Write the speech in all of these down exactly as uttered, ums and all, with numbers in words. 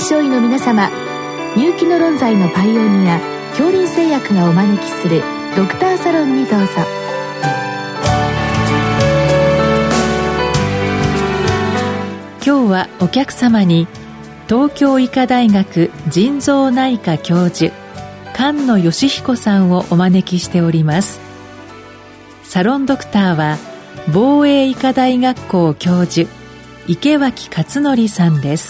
症医の皆様、入気の論剤のパイオニア恐林製薬がお招きするドクターサロンにどうぞ。今日はお客様に東京医科大学腎臓内科教授菅野義彦さんをお招きしております。サロンドクターは防衛医科大学校教授池脇勝則さんです。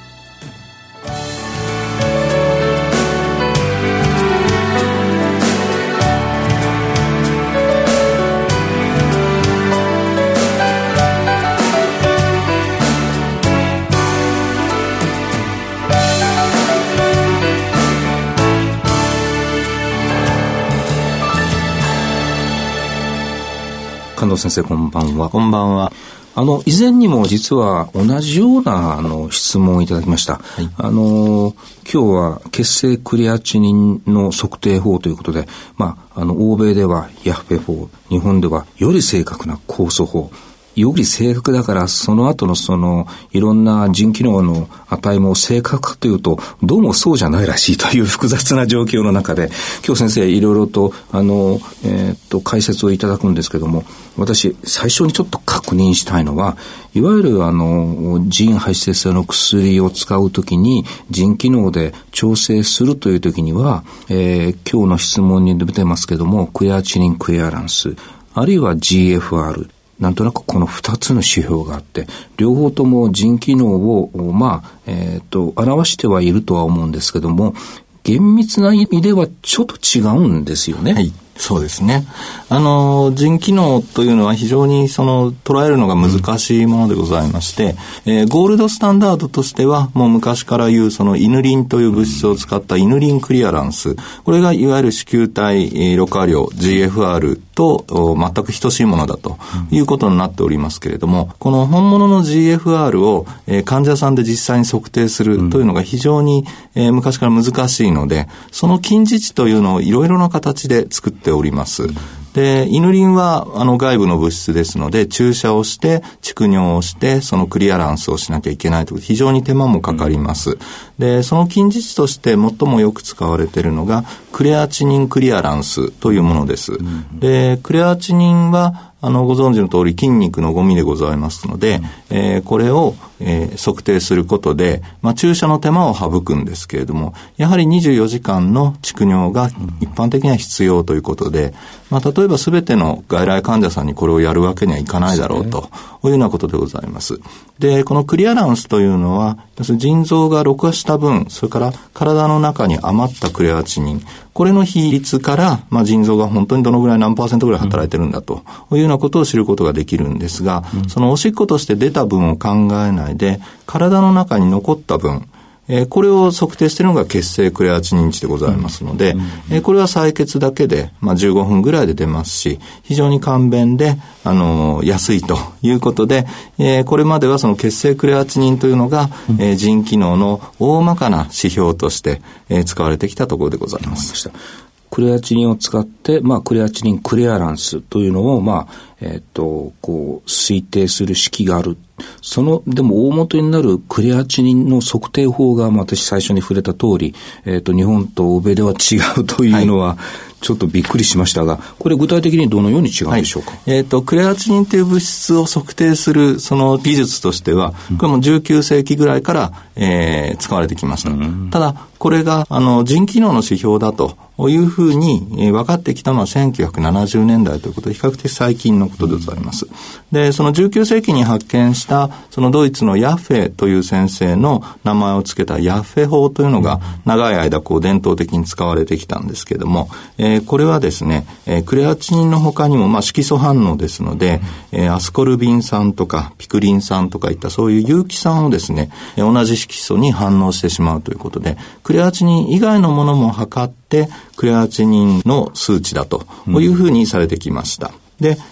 菅野先生、こんばんは。 こんばんは。 あの以前にも実は同じようなあの質問をいただきました。はい、あの今日は血清クレアチニンの測定法ということで、まああの欧米ではヤッフェ法、日本ではより正確な酵素法。より正確だからその後のそのいろんな腎機能の値も正確かというとどうもそうじゃないらしいという複雑な状況の中で、今日先生いろいろとあの、えー、っと解説をいただくんですけども、私最初にちょっと確認したいのは、いわゆるあの腎排泄性の薬を使うときに腎機能で調整するというときには、えー、今日の質問に出てますけども、クレアチニンクリアランスあるいは ジーエフアール、なんとなくこの二つの指標があって、両方とも腎機能を、まあ、えっと、表してはいるとは思うんですけども、厳密な意味ではちょっと違うんですよね。 はい。そうですね。あの、腎機能というのは非常にその捉えるのが難しいものでございまして、うん、えー、ゴールドスタンダードとしてはもう昔から言うそのイヌリンという物質を使ったイヌリンクリアランス。これがいわゆる子宮体ろ過量 ジーエフアール と全く等しいものだということになっておりますけれども、この本物の ジーエフアール を、えー、患者さんで実際に測定するというのが非常に、えー、昔から難しいので、その近似値というのをいろいろな形で作っております。で、イヌリンはあの外部の物質ですので、注射をして蓄尿をしてそのクリアランスをしなきゃいけないという非常に手間もかかります。で、その近似値として最もよく使われているのがクレアチニンクリアランスというものです。で、クレアチニンはあのご存知の通り筋肉のゴミでございますので、うん、えー、これを、えー、測定することで、まあ、注射の手間を省くんですけれども、やはりにじゅうよじかんの蓄尿が一般的には必要ということで、まあ、例えば全ての外来患者さんにこれをやるわけにはいかないだろうというようなことでございます。で、このクリアランスというのは、要するに腎臓がろ過した分、それから体の中に余ったクレアチニン、これの比率から、まあ、腎臓が本当にどのぐらい何パーセントぐらい働いてるんだというようなことを知ることができるんですが、うん、そのおしっことして出た分を考えないで、体の中に残った分、えー、これを測定しているのが血清クレアチニン値でございますので、うんうん、えー、これは採血だけで、まあ、じゅうごふんぐらいで出ますし、非常に簡便で、あのー、安いということで、えー、これまではその血清クレアチニンというのが、うん、えー、腎機能の大まかな指標として、えー、使われてきたところでございます。 クレアチニンを使って、まあ、クレアチニンクリアランスというのを、まあ、えっと、こう、推定する式がある。その、でも大元になるクレアチニンの測定法が、まあ、私最初に触れた通り、えっと、日本と欧米では違うというのは、はい、ちょっとびっくりしましたが、これ具体的にどのように違うんでしょうか。はい、 えっと、クレアチニンという物質を測定する、その技術としては、これもじゅうきゅうせいきぐらいから、えー、使われてきました。うん、ただ、これが、あの、腎機能の指標だというふうに、えー、分かってきたのはせんきゅうひゃくななじゅうねんだいということで、比較的最近のことでございます。うん、で、そのじゅうきゅうせいきに発見した、そのドイツのヤッフェという先生の名前を付けたヤッフェ法というのが、長い間、こう、伝統的に使われてきたんですけれども、えー、これはですね、えー、クレアチニンの他にも、まあ、色素反応ですので、えー、アスコルビン酸とかピクリン酸とかいったそういう有機酸をですね、えー、同じ色素に反応してしまうということで、クレアチニン以外のものも測ってクレアチニンの数値だというふうにされてきました。で、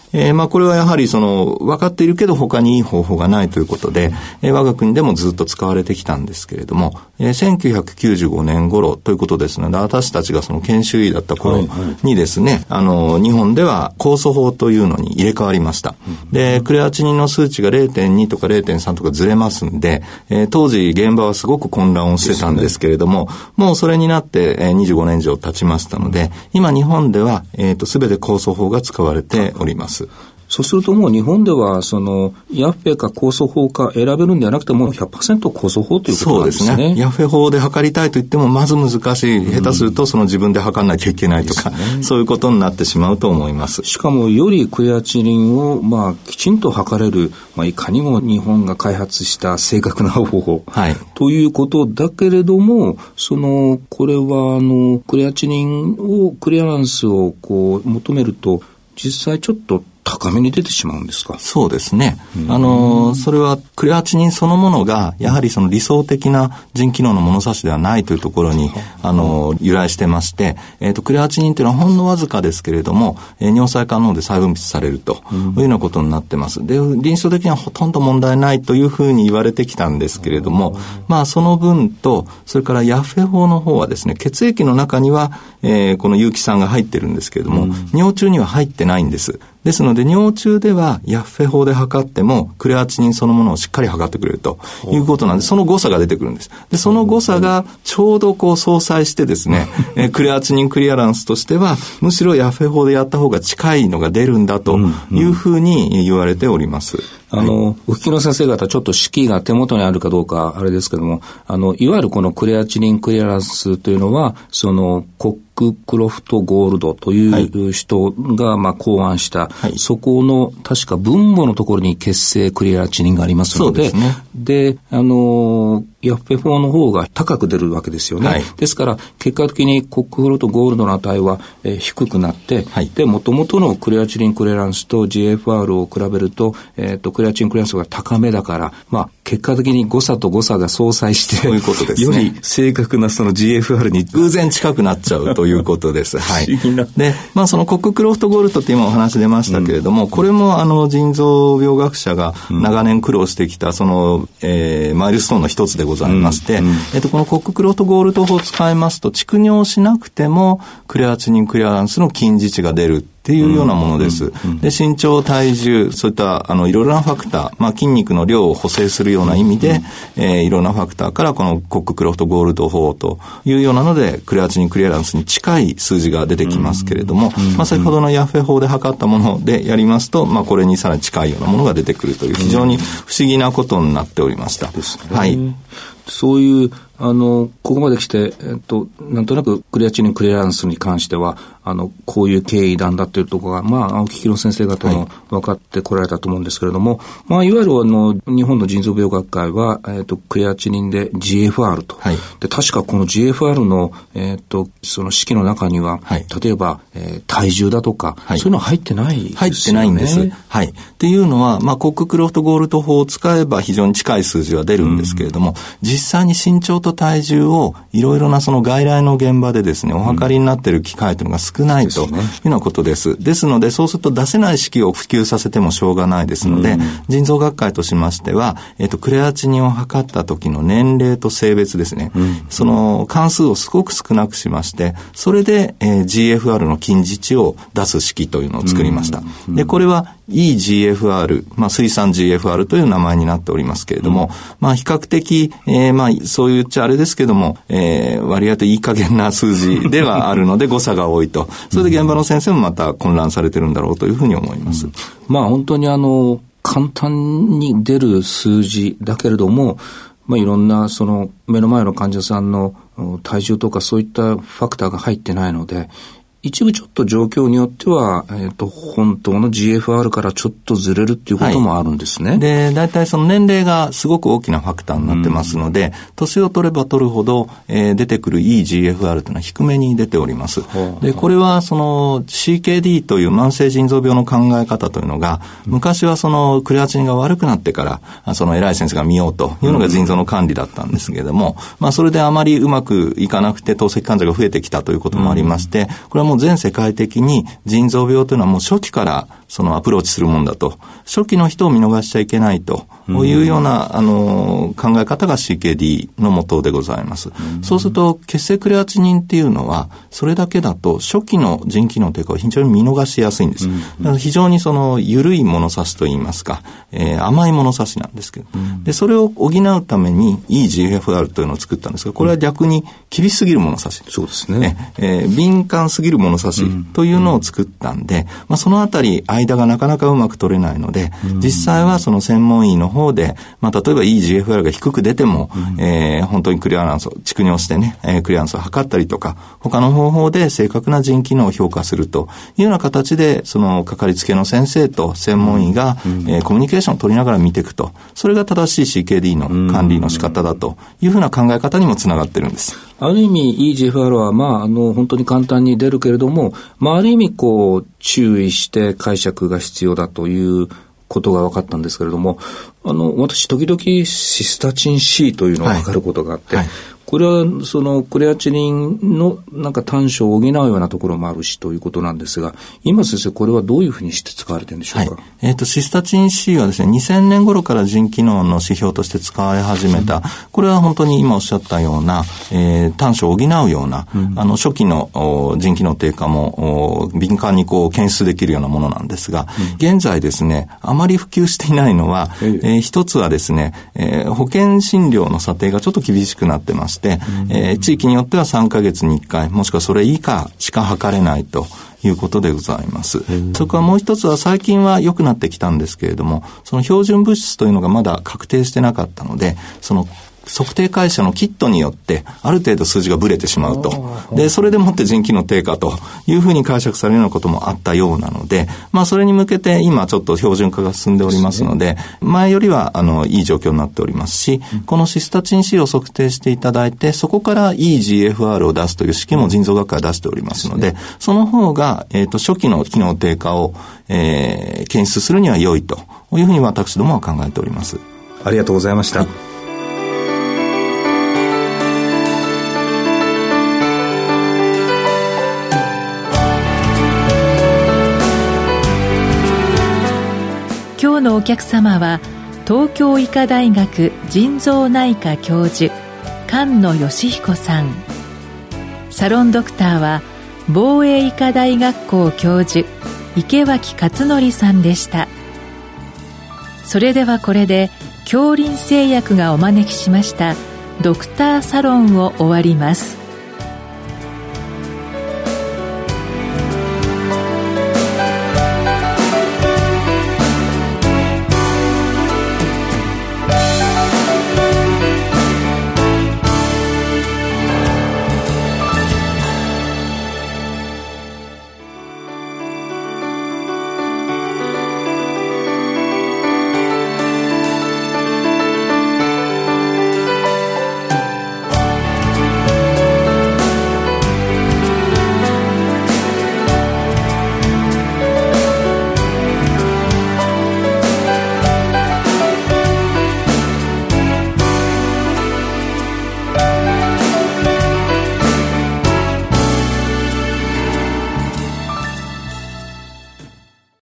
えー、まあこれはやはりその分かっているけど他にいい方法がないということで、えー、我が国でもずっと使われてきたんですけれども、えー、せんきゅうひゃくきゅうじゅうごねん頃ということですので、私たちがその研修医だった頃にですね、はいはい、あの日本では酵素法というのに入れ替わりました。で、クレアチニンの数値が れいてんに とか れいてんさん とかずれますんで、えー、当時現場はすごく混乱をしてたんですけれども、ね、もうそれになって、えー、にじゅうごねん以上経ちましたので、今日本では、えーと、全て酵素法が使われております。 そうするともう日本ではそのヤッフェか酵素法か選べるんではなくてもう ひゃくパーセント 酵素法ということなんですね。そうですね。 ヤッフェ法で測りたいと言ってもまず難しい。下手するとその自分で測らなきゃいけないとか、うんね、そういうことになってしまうと思います。 しかもよりクレアチニンをまあきちんと測れる、まあ、いかにも日本が開発した正確な方法、はい、ということだけれども、そのこれはあのクレアチニンをクリアランスをこう求めると実際ちょっと高めに出てしまうんですか？ そうですね。あの、それはクレアチニンそのものがやはりその理想的な腎機能の物差しではないというところにあの由来してまして、えっとクレアチニンというのはほんのわずかですけれども、えー、尿細管の方で再分泌されるというようなことになってます。で、臨床的にはほとんど問題ないというふうに言われてきたんですけれども、まあその分とそれからヤッフェ法の方はですね、血液の中には、えー、この有機酸が入ってるんですけれども、尿中には入ってないんです。ですので尿中ではヤッフェ法で測ってもクレアチニンそのものをしっかり測ってくれるということなんで、その誤差が出てくるんです。で、その誤差がちょうどこう相殺してですね、えクレアチニンクリアランスとしてはむしろヤッフェ法でやった方が近いのが出るんだというふうに言われております。 あの、お聞きの先生方、ちょっと式が手元にあるかどうかあれですけども、あの、いわゆるこのクレアチニンクリアランスというのは、その、コック・クロフト・ゴールドという人が、まあ、考案した、はい、そこの、確か分母のところに血清クレアチニンがありますので、そうですね。で、あの、ヤッフェ法の方が高く出るわけですよね。はい、ですから、結果的にコックフロとゴールドの値は、えー、低くなって、はい、で、元々のクレアチニンクレアランスと ジーエフアール を比べると、えっと、クレアチニンクレアランスが高めだから、まあ、結果的に誤差と誤差が相殺して、 そういうことですね。 より正確なその ジーエフアール に偶然近くなっちゃうということです。はい。で、まあ、そのコッククロフトゴールドって今お話出ましたけれども、うん、これもあの、腎臓病学者が長年苦労してきた、その、えー、マイルストーンの一つでございまして、うんうん、えっと、このコッククロフトゴールド法を使いますと、蓄尿しなくても、クレアチニンクリアランスの近似値が出るっていうようなものです。うんうんうん、で、身長、体重、そういった、あの、いろいろなファクター、まあ、筋肉の量を補正するような意味で、うんうん、えー、いろんなファクターから、このコッククロフトゴールド法というようなので、クレアチニンクリアランスに近い数字が出てきますけれども、うんうん、まあ、先ほどのヤッフェ法で測ったものでやりますと、まあ、これにさらに近いようなものが出てくるという、非常に不思議なことになっておりました。うん、ですね。はい。 そういう、あの、ここまで来て、えっと、なんとなくクレアチニンクリアランスに関しては、あの、こういう経緯なんだというところが、まあ、お聞きの先生方も分かってこられたと思うんですけれども、はい、まあ、いわゆるあの、日本の腎臓病学会は、えっと、クレアチニンで ジーエフアール と。はい、で、確かこの ジーエフアール の、えっと、その式の中には、はい、例えば、えー、体重だとか、はい、そういうのは入ってないですよね。 入ってないんです。はい。っていうのは、まあ、コッククロフトゴールド法を使えば非常に近い数字は出るんですけれども、うん、実際に身長と体重をいろいろなその外来の現場でですね、お測りになっている機会というのが少ないというようなことです。ですので、そうすると出せない式を普及させてもしょうがないですので、うん、腎臓学会としましては、えっと、クレアチニンを測った時の年齢と性別ですね、うん、その関数をすごく少なくしまして、それで、えー、ジーエフアール の近似値を出す式というのを作りました。うん、で、これは イージーエフアール、まあ、水酸 ジーエフアール という名前になっておりますけれども、うん、まあ、比較的、えー、まあ、そう言っちゃあれですけども、えー、割合といい加減な数字ではあるので誤差が多いと。それで現場の先生もまた混乱されてるんだろうというふうに思います。うん、 まあ、本当にあの、簡単に出る数字だけれども、まあ、いろんなその目の前の患者さんの体重とかそういったファクターが入ってないので、一部ちょっと状況によっては、えっと、本当の ジーエフアール からちょっとずれるっていうこともあるんですね。 はい、で、大体その年齢がすごく大きなファクターになってますので、年を取れば取るほど、えー、出てくる イージーエフアール というのは低めに出ております。で、これはその シーケーディー という慢性腎臓病の考え方というのが、昔はそのクレアチニンが悪くなってから、その偉い先生が見ようというのが腎臓の管理だったんですけれども、まあそれであまりうまくいかなくて透析患者が増えてきたということもありまして、これはもう全世界的に腎臓病というのはもう初期からそのアプローチするもんだと、初期の人を見逃しちゃいけないというような、うん、あの考え方が シーケーディー の元でございます、うん、そうすると血清クレアチニンっていうのはそれだけだと初期の腎機能低下を非常に見逃しやすいんです、うん、だから非常にその緩い物差しといいますか、えー、甘い物差しなんですけど、うん、でそれを補うために イージーエフアール というのを作ったんですが、これは逆に厳しすぎる物差し、 そうですね、 えー、敏感すぎる物差しというのを作ったんで、まあ、そのあたり間がなかなかうまく取れないので、実際はその専門医の方で、まあ、例えば イージーエフアール が低く出ても、えー、本当にクリアランスを蓄尿してね、えー、クリアランスを測ったりとか、他の方法で正確な腎機能を評価するというような形で、そのかかりつけの先生と専門医が、えー、コミュニケーションを取りながら見ていくと、それが正しい シーケーディー の管理の仕方だというふうな考え方にもつながってるんです。 ある意味 イージーエフアール は、まあ、あの、本当に簡単に出るけれども、まあ、ある意味こう、注意して解釈が必要だということが分かったんですけれども、あの、私、時々シスタチン C というのが分かることがあって、はいはい、これはそのクレアチニンのなんか短所を補うようなところもあるしということなんですが、今先生これはどういうふうにして使われてるんでしょうか。 はい、えっと、シスタチン C はですね、にせんねん頃から腎機能の指標として使われ始めた、うん、これは本当に今おっしゃったような、えー、短所を補うような、うん、あの、初期の腎機能低下も敏感にこう検出できるようなものなんですが、うん、現在ですね、あまり普及していないのは、えーえー、一つはですね、えー、保険診療の査定がちょっと厳しくなってまして、うんえー、地域によってはさんかげつにいっかい、もしくはそれ以下しか測れないということでございます。それからもう一つは最近は良くなってきたんですけれども、その標準物質というのがまだ確定してなかったので、その測定会社のキットによってある程度数字がブレてしまうと。で、それでもって腎機能低下というふうに解釈されるようなこともあったようなので、まあそれに向けて今ちょっと標準化が進んでおりますので、前よりはあのいい状況になっておりますし、このシスタチン C を測定していただいて、そこから イージーエフアール を出すという試験も腎臓学会は出しておりますので、その方が、えっと、初期の機能低下を、えー、検出するには良いというふうに私どもは考えております。 ありがとうございました。はい、 今日のお客様は東京医科大学腎臓内科教授菅野義彦さん、サロンドクターは防衛医科大学校教授池脇勝則さんでした。それではこれで杏林製薬がお招きしましたドクターサロンを終わります。